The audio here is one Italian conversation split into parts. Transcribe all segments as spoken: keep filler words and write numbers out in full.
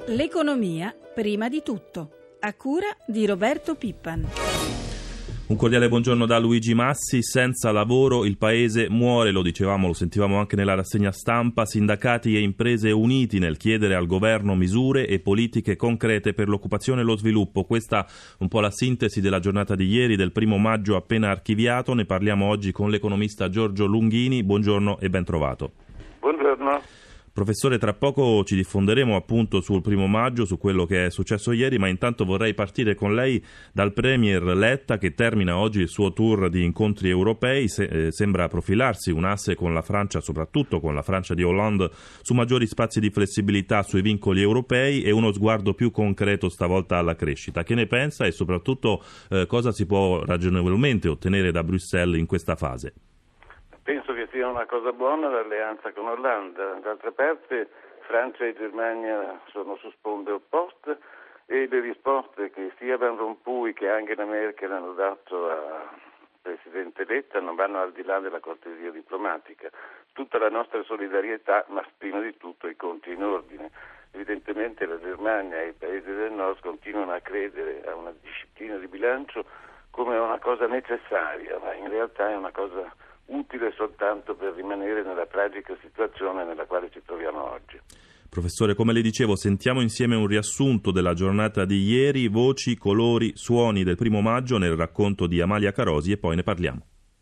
L'economia prima di tutto, a cura di Roberto Pippan. Un cordiale buongiorno da Luigi Massi. Senza lavoro il paese muore, lo dicevamo, lo sentivamo anche nella rassegna stampa. Sindacati e imprese uniti nel chiedere al governo misure e politiche concrete per l'occupazione e lo sviluppo. Questa un po' la sintesi della giornata di ieri, del primo maggio appena archiviato. Ne parliamo oggi con l'economista Giorgio Lunghini. Buongiorno e ben trovato. Buongiorno. Professore, tra poco ci diffonderemo appunto sul primo maggio, su quello che è successo ieri, ma intanto vorrei partire con lei dal Premier Letta, che termina oggi il suo tour di incontri europei. Se, eh, sembra profilarsi un asse con la Francia, soprattutto con la Francia di Hollande, su maggiori spazi di flessibilità sui vincoli europei e uno sguardo più concreto stavolta alla crescita. Che ne pensa e soprattutto eh, cosa si può ragionevolmente ottenere da Bruxelles in questa fase? Penso che sia una cosa buona l'alleanza con Olanda. D'altra parte Francia e Germania sono su sponde opposte e le risposte che sia Van Rompuy che Angela Merkel hanno dato al Presidente Letta non vanno al di là della cortesia diplomatica. Tutta la nostra solidarietà, ma prima di tutto i conti in ordine. Evidentemente la Germania e i paesi del nord continuano a credere a una disciplina di bilancio come una cosa necessaria, ma in realtà è una cosa utile soltanto per rimanere nella tragica situazione nella quale ci troviamo oggi. Professore, come le dicevo, sentiamo insieme un riassunto della giornata di ieri, voci, colori, suoni del primo maggio nel racconto di Amalia Carosi e poi ne parliamo.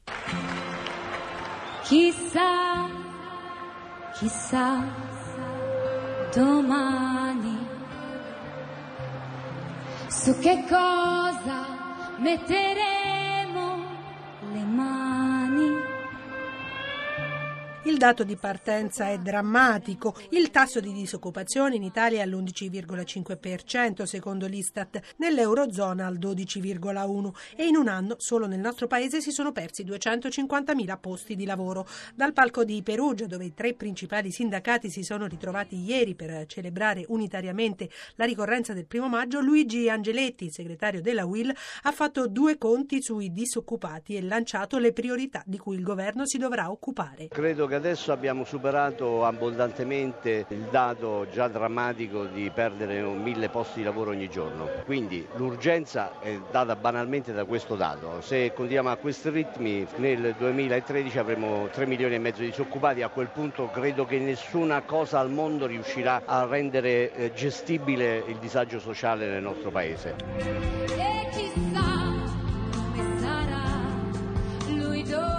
Chissà, chissà, domani su che cosa metteremo le mani. Il dato di partenza è drammatico. Il tasso di disoccupazione in Italia è all'undici virgola cinque per cento secondo l'Istat, nell'Eurozona al dodici virgola uno per cento e in un anno solo nel nostro paese si sono persi duecentocinquantamila posti di lavoro. Dal palco di Perugia, dove i tre principali sindacati si sono ritrovati ieri per celebrare unitariamente la ricorrenza del primo maggio, Luigi Angeletti, segretario della U I L, ha fatto due conti sui disoccupati e lanciato le priorità di cui il governo si dovrà occupare. Credo che adesso abbiamo superato abbondantemente il dato già drammatico di perdere mille posti di lavoro ogni giorno, quindi l'urgenza è data banalmente da questo dato. Se continuiamo a questi ritmi nel duemilatredici avremo tre milioni e mezzo di disoccupati. A quel punto credo che nessuna cosa al mondo riuscirà a rendere eh, gestibile il disagio sociale nel nostro paese. E chissà come sarà lui domani.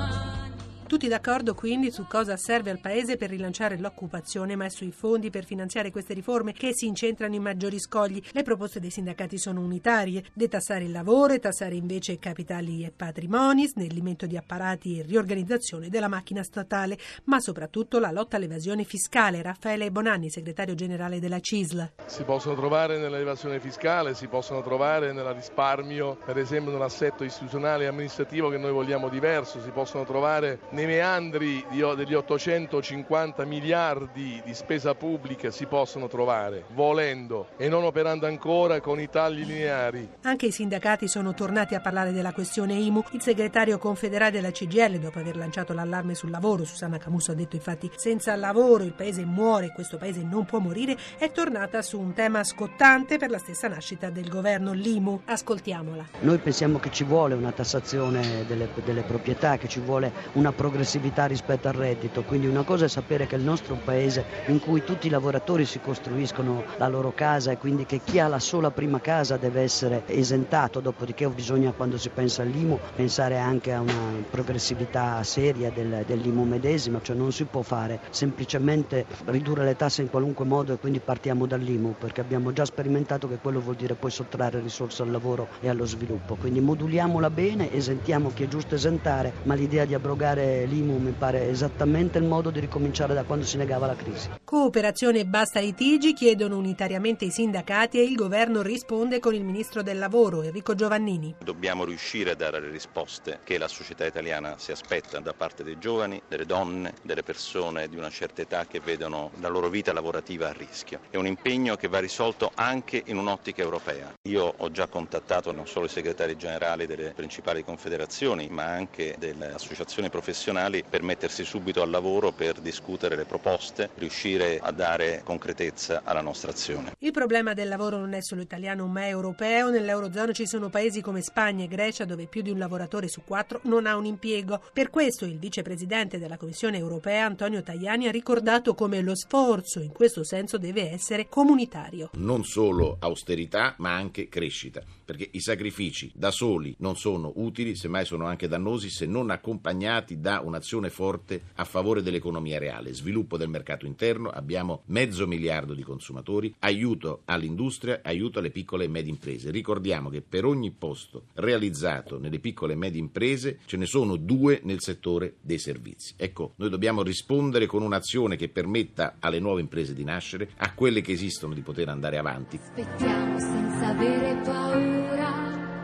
Tutti d'accordo quindi su cosa serve al Paese per rilanciare l'occupazione, ma è sui fondi per finanziare queste riforme che si incentrano i maggiori scogli. Le proposte dei sindacati sono unitarie: detassare il lavoro e tassare invece capitali e patrimoni, snellimento di apparati e riorganizzazione della macchina statale, ma soprattutto la lotta all'evasione fiscale. Raffaele Bonanni, segretario generale della C I S L. Si possono trovare nell'evasione fiscale, si possono trovare nel risparmio, per esempio nell'assetto istituzionale e amministrativo che noi vogliamo diverso, si possono trovare nei meandri degli ottocentocinquanta miliardi di spesa pubblica, si possono trovare, volendo e non operando ancora con i tagli lineari. Anche i sindacati sono tornati a parlare della questione I M U. Il segretario confederale della C G I L, dopo aver lanciato l'allarme sul lavoro, Susanna Camusso ha detto infatti: senza lavoro il paese muore, questo paese non può morire, è tornata su un tema scottante per la stessa nascita del governo, l'I M U. Ascoltiamola. Noi pensiamo che ci vuole una tassazione delle, delle proprietà, che ci vuole una progressività rispetto al reddito, quindi una cosa è sapere che il nostro paese, in cui tutti i lavoratori si costruiscono la loro casa e quindi che chi ha la sola prima casa deve essere esentato, dopodiché bisogna, quando si pensa all'I M U, pensare anche a una progressività seria del, dell'I M U medesima, cioè non si può fare semplicemente ridurre le tasse in qualunque modo e quindi partiamo dall'I M U, perché abbiamo già sperimentato che quello vuol dire poi sottrarre risorse al lavoro e allo sviluppo, quindi moduliamola bene, esentiamo chi è giusto esentare, ma l'idea di abrogare l'I M U mi pare esattamente il modo di ricominciare da quando si negava la crisi. Cooperazione e basta litigi, chiedono unitariamente i sindacati e il governo risponde con il ministro del lavoro Enrico Giovannini. Dobbiamo riuscire a dare le risposte che la società italiana si aspetta da parte dei giovani, delle donne, delle persone di una certa età che vedono la loro vita lavorativa a rischio. È un impegno che va risolto anche in un'ottica europea. Io ho già contattato non solo i segretari generali delle principali confederazioni, ma anche delle associazioni professionali istituzionali per mettersi subito al lavoro per discutere le proposte, riuscire a dare concretezza alla nostra azione. Il problema del lavoro non è solo italiano ma è europeo. Nell'Eurozona ci sono paesi come Spagna e Grecia dove più di un lavoratore su quattro non ha un impiego. Per questo il vicepresidente della Commissione europea Antonio Tajani ha ricordato come lo sforzo in questo senso deve essere comunitario. Non solo austerità ma anche crescita, perché i sacrifici da soli non sono utili, semmai sono anche dannosi se non accompagnati da un'azione forte a favore dell'economia reale, sviluppo del mercato interno, abbiamo mezzo miliardo di consumatori, aiuto all'industria, aiuto alle piccole e medie imprese. Ricordiamo che per ogni posto realizzato nelle piccole e medie imprese ce ne sono due nel settore dei servizi. Ecco, noi dobbiamo rispondere con un'azione che permetta alle nuove imprese di nascere, a quelle che esistono di poter andare avanti. Aspettiamo senza avere paura.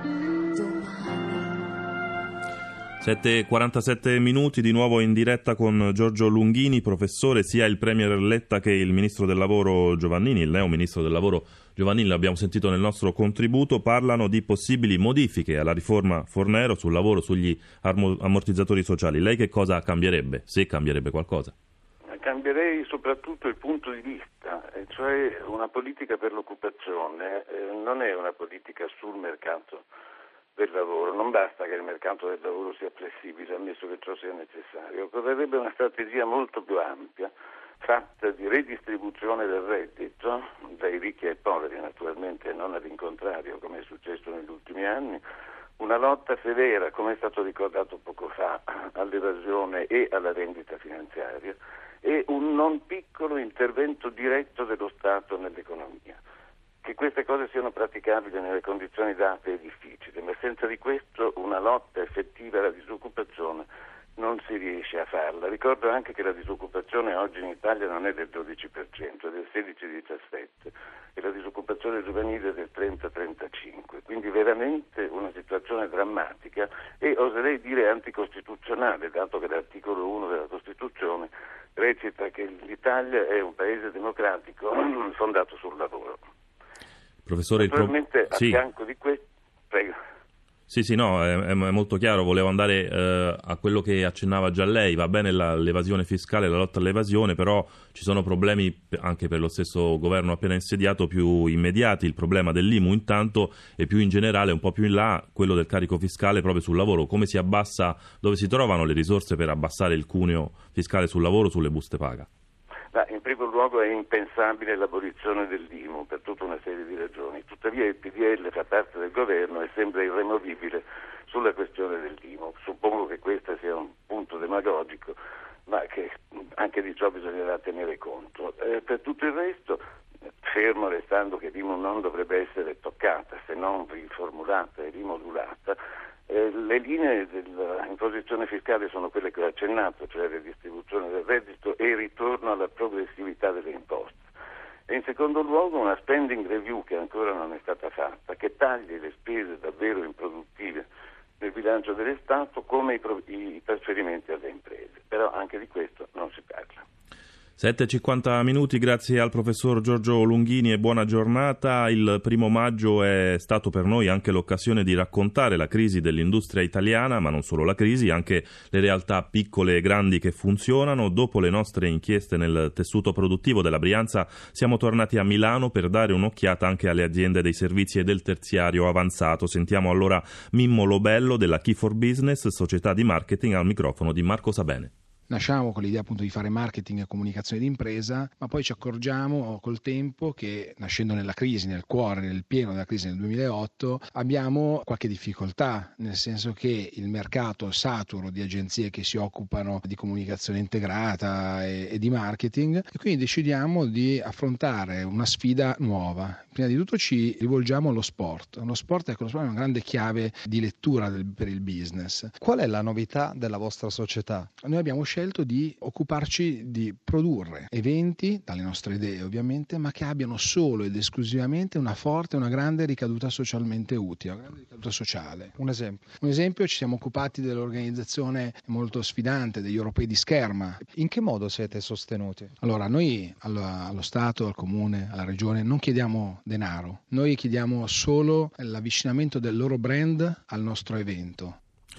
sette e quarantasette minuti, di nuovo in diretta con Giorgio Lunghini. Professore, sia il Premier Letta che il Ministro del Lavoro Giovannini, il neo Ministro del Lavoro Giovannini, l'abbiamo sentito nel nostro contributo, parlano di possibili modifiche alla riforma Fornero sul lavoro, sugli ammortizzatori sociali. Lei che cosa cambierebbe, se cambierebbe qualcosa? Cambierei soprattutto il punto di vista, cioè una politica per l'occupazione eh, non è una politica sul mercato del lavoro, non basta che il mercato del lavoro sia flessibile, ammesso che ciò sia necessario, occorrerebbe una strategia molto più ampia, fatta di redistribuzione del reddito, dai ricchi ai poveri naturalmente, non all'incontrario come è successo negli ultimi anni, una lotta severa, come è stato ricordato poco fa, all'evasione e alla rendita finanziaria e un non piccolo intervento diretto dello Stato nell'economia. Che queste cose siano praticabili nelle condizioni date è difficile, ma senza di questo una lotta effettiva alla disoccupazione non si riesce a farla. Ricordo anche che la disoccupazione oggi in Italia non è del dodici per cento, è del sedici diciassette per cento e la disoccupazione giovanile è del trenta trentacinque per cento, quindi veramente una situazione drammatica e oserei dire anticostituzionale, dato che l'articolo uno della Costituzione recita che l'Italia è un paese democratico fondato sul lavoro. Professore, naturalmente il pro... a sì. fianco di questo, prego. Sì, sì, no, è, è molto chiaro, volevo andare eh, a quello che accennava già lei, va bene la, l'evasione fiscale, la lotta all'evasione, però ci sono problemi anche per lo stesso governo appena insediato più immediati, il problema dell'I M U intanto e più in generale, un po' più in là, quello del carico fiscale proprio sul lavoro, come si abbassa, dove si trovano le risorse per abbassare il cuneo fiscale sul lavoro, sulle buste paga? Ma in primo luogo è impensabile l'abolizione dell'I M U per tutta una serie di ragioni, tuttavia il P D L fa parte del governo e sembra irremovibile sulla questione dell'I M U. Suppongo che questo sia un punto demagogico, ma che anche di ciò bisognerà tenere conto. Eh, per tutto il resto, fermo restando che l'I M U non dovrebbe essere toccata, se non riformulata e rimodulata, Eh, le linee dell'imposizione fiscale sono quelle che ho accennato, cioè redistribuzione del reddito e ritorno alla progressività delle imposte. E in secondo luogo una spending review che ancora non è stata fatta, che tagli le spese davvero improduttive nel bilancio dello Stato come i, pro- i trasferimenti alle imprese. Però anche di questo non si parla. sette e cinquanta minuti, grazie al professor Giorgio Lunghini e buona giornata. Il primo maggio è stato per noi anche l'occasione di raccontare la crisi dell'industria italiana, ma non solo la crisi, anche le realtà piccole e grandi che funzionano. Dopo le nostre inchieste nel tessuto produttivo della Brianza siamo tornati a Milano per dare un'occhiata anche alle aziende dei servizi e del terziario avanzato. Sentiamo allora Mimmo Lobello della Key for Business, società di marketing, al microfono di Marco Sabene. Nasciamo con l'idea appunto di fare marketing e comunicazione d'impresa, ma poi ci accorgiamo col tempo che, nascendo nella crisi, nel cuore, nel pieno della crisi nel duemilaotto, abbiamo qualche difficoltà, nel senso che il mercato è saturo di agenzie che si occupano di comunicazione integrata e, e di marketing, e quindi decidiamo di affrontare una sfida nuova. Prima di tutto ci rivolgiamo allo sport. Lo sport, ecco, lo sport è una grande chiave di lettura del, per il business. Qual è la novità della vostra società? Noi abbiamo scelto di occuparci di produrre eventi, dalle nostre idee ovviamente, ma che abbiano solo ed esclusivamente una forte, una grande ricaduta socialmente utile, una grande ricaduta sociale. Un esempio? Un esempio, ci siamo occupati dell'organizzazione molto sfidante degli europei di scherma. In che modo siete sostenuti? Allora, noi allo, allo Stato, al Comune, alla Regione non chiediamo denaro, noi chiediamo solo l'avvicinamento del loro brand al nostro evento.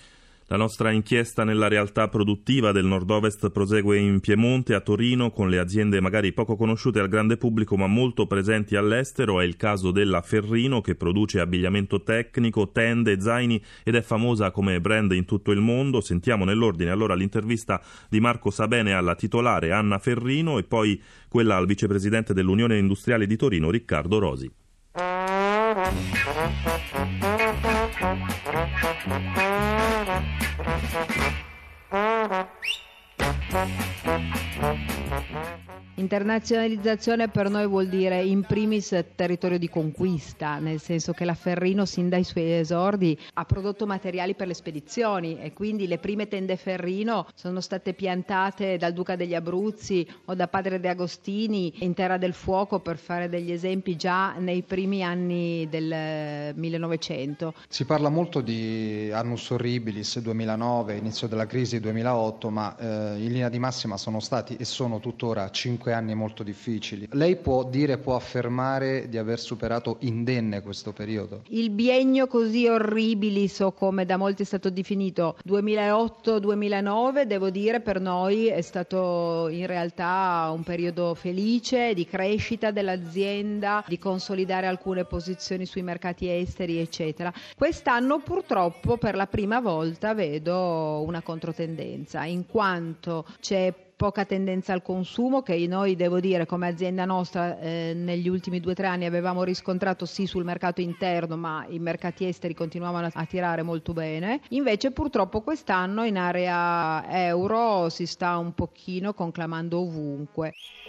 La nostra inchiesta nella realtà produttiva del nord-ovest prosegue in Piemonte, a Torino, con le aziende magari poco conosciute al grande pubblico ma molto presenti all'estero. È il caso della Ferrino, che produce abbigliamento tecnico, tende, zaini ed è famosa come brand in tutto il mondo. Sentiamo nell'ordine allora l'intervista di Marco Sabene alla titolare Anna Ferrino e poi quella al vicepresidente dell'Unione Industriale di Torino, Riccardo Rosi. Internazionalizzazione per noi vuol dire in primis territorio di conquista, nel senso che la Ferrino sin dai suoi esordi ha prodotto materiali per le spedizioni e quindi le prime tende Ferrino sono state piantate dal Duca degli Abruzzi o da Padre De Agostini in Terra del Fuoco, per fare degli esempi, già nei primi anni del millenovecento. Si parla molto di annus horribilis duemilanove, inizio della crisi duemilaotto, ma eh, in linea di massima sono stati e sono tuttora cinque anni molto difficili. Lei può dire, può affermare di aver superato indenne questo periodo? Il biennio così horribilis, o come da molti è stato definito duemilaotto duemilanove, devo dire per noi è stato in realtà un periodo felice di crescita dell'azienda, di consolidare alcune posizioni sui mercati esteri eccetera. Quest'anno purtroppo per la prima volta vedo una controtendenza, in quanto c'è poca tendenza al consumo, che noi, devo dire, come azienda nostra eh, negli ultimi due o tre anni avevamo riscontrato sì sul mercato interno, ma i mercati esteri continuavano a tirare molto bene. Invece purtroppo quest'anno in area euro si sta un pochino conclamando ovunque.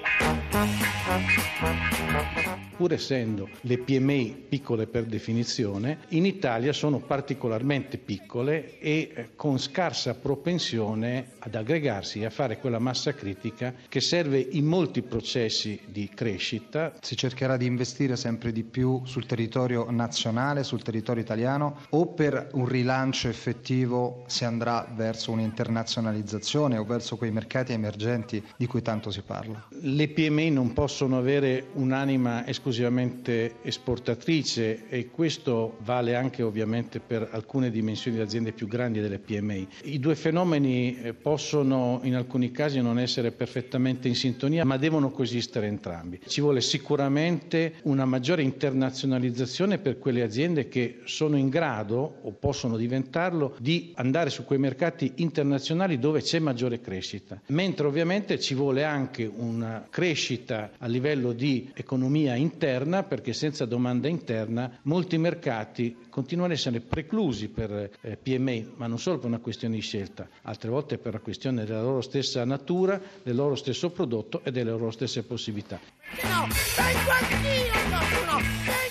Pur essendo le P M I piccole per definizione, in Italia sono particolarmente piccole e eh, con scarsa propensione ad aggregarsi e a fare quella massa critica che serve in molti processi di crescita. Si cercherà di investire sempre di più sul territorio nazionale, sul territorio italiano, o per un rilancio effettivo si andrà verso un'internazionalizzazione o verso quei mercati emergenti di cui tanto si parla? Le P M I non possono avere un'anima esclusivamente esportatrice e questo vale anche ovviamente per alcune dimensioni di aziende più grandi delle P M I. I due fenomeni eh, possono in alcuni casi non essere perfettamente in sintonia, ma devono coesistere entrambi. Ci vuole sicuramente una maggiore internazionalizzazione per quelle aziende che sono in grado o possono diventarlo di andare su quei mercati internazionali dove c'è maggiore crescita, mentre ovviamente ci vuole anche una crescita a livello di economia interna, perché senza domanda interna molti mercati continuano ad essere preclusi per eh, P M I, ma non solo per una questione di scelta, altre volte per una questione della loro stessa natura, del loro stesso prodotto e delle loro stesse possibilità. No, vengo anch'io, no, no,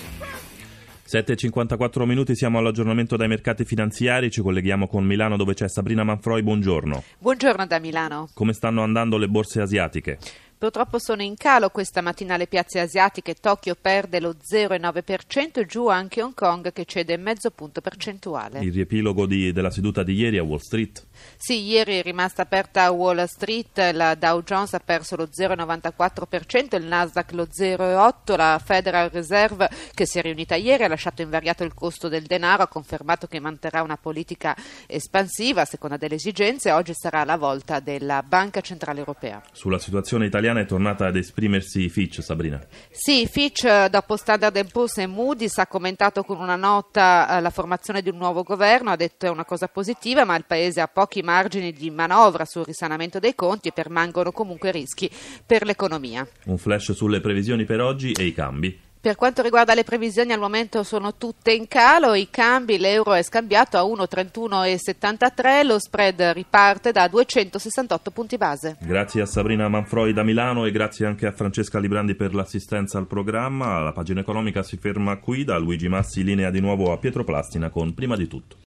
sette e cinquantaquattro minuti, siamo all'aggiornamento dai mercati finanziari, ci colleghiamo con Milano dove c'è Sabrina Manfroi, buongiorno. Buongiorno da Milano. Come stanno andando le borse asiatiche? Purtroppo sono in calo questa mattina le piazze asiatiche. Tokyo perde lo zero virgola nove per cento e giù anche Hong Kong che cede mezzo punto percentuale. Il riepilogo di, della seduta di ieri a Wall Street? Sì, ieri è rimasta aperta Wall Street, la Dow Jones ha perso lo zero virgola novantaquattro per cento, il Nasdaq lo zero virgola otto per cento, la Federal Reserve che si è riunita ieri ha lasciato invariato il costo del denaro, ha confermato che manterrà una politica espansiva a seconda delle esigenze. Oggi sarà la volta della Banca Centrale Europea. Sulla situazione italiana è tornata ad esprimersi Fitch, Sabrina? Sì, Fitch dopo Standard and Poor's e Moody's ha commentato con una nota la formazione di un nuovo governo, ha detto è una cosa positiva ma il Paese ha pochi margini di manovra sul risanamento dei conti e permangono comunque rischi per l'economia. Un flash sulle previsioni per oggi e i cambi. Per quanto riguarda le previsioni al momento sono tutte in calo, i cambi, l'euro è scambiato a uno virgola trentuno settantatré, lo spread riparte da duecentosessantotto punti base. Grazie a Sabrina Manfroi da Milano e grazie anche a Francesca Librandi per l'assistenza al programma. La pagina economica si ferma qui, da Luigi Massi linea di nuovo a Pietro Plastina con Prima di tutto.